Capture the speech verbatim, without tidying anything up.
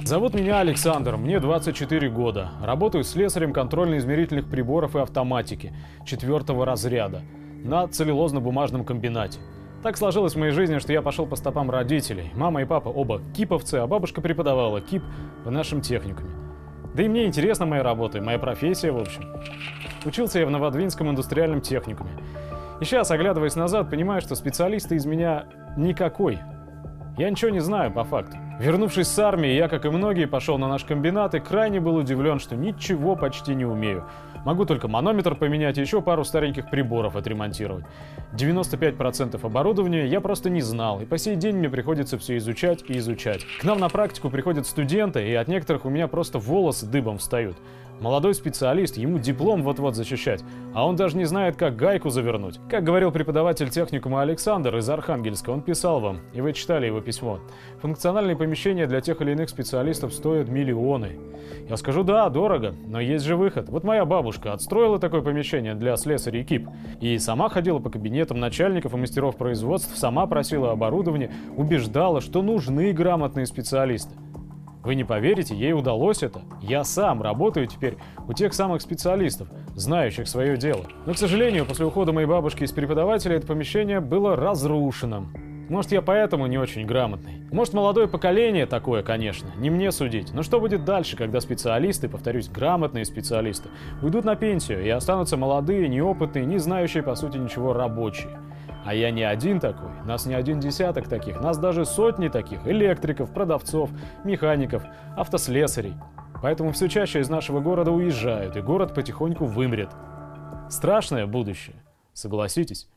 Зовут меня Александр, мне двадцать четыре года. Работаю слесарем контрольно-измерительных приборов и автоматики четвертого разряда на целлюлозно-бумажном комбинате. Так сложилось в моей жизни, что я пошел по стопам родителей. Мама и папа оба киповцы, а бабушка преподавала кип в нашем техникуме. Да и мне интересна моя работа и моя профессия, в общем. Учился я в Новодвинском индустриальном техникуме. И сейчас, оглядываясь назад, понимаю, что специалиста из меня никакой. Я ничего не знаю по факту. Вернувшись с армии, я, как и многие, пошел на наш комбинат и крайне был удивлен, что ничего почти не умею. Могу только манометр поменять и еще пару стареньких приборов отремонтировать. девяносто пять процентов оборудования я просто не знал, и по сей день мне приходится все изучать и изучать. К нам на практику приходят студенты, и от некоторых у меня просто волосы дыбом встают. Молодой специалист, ему диплом вот-вот защищать, а он даже не знает, как гайку завернуть. Как говорил преподаватель техникума Александр из Архангельска, он писал вам, и вы читали его письмо. Функциональные помещения для тех или иных специалистов стоят миллионы. Я скажу, да, дорого, но есть же выход. Вот моя бабушка отстроила такое помещение для слесарей и кип, и сама ходила по кабинетам начальников и мастеров производств, сама просила оборудование, убеждала, что нужны грамотные специалисты. Вы не поверите, ей удалось это. Я сам работаю теперь у тех самых специалистов, знающих свое дело. Но, к сожалению, после ухода моей бабушки из преподавателя это помещение было разрушено. Может, я поэтому не очень грамотный. Может, молодое поколение такое, конечно, не мне судить. Но что будет дальше, когда специалисты, повторюсь, грамотные специалисты, уйдут на пенсию и останутся молодые, неопытные, не знающие, по сути, ничего рабочие? А я не один такой, нас не один десяток таких, нас даже сотни таких электриков, продавцов, механиков, автослесарей. Поэтому все чаще из нашего города уезжают, и город потихоньку вымрет. Страшное будущее, согласитесь?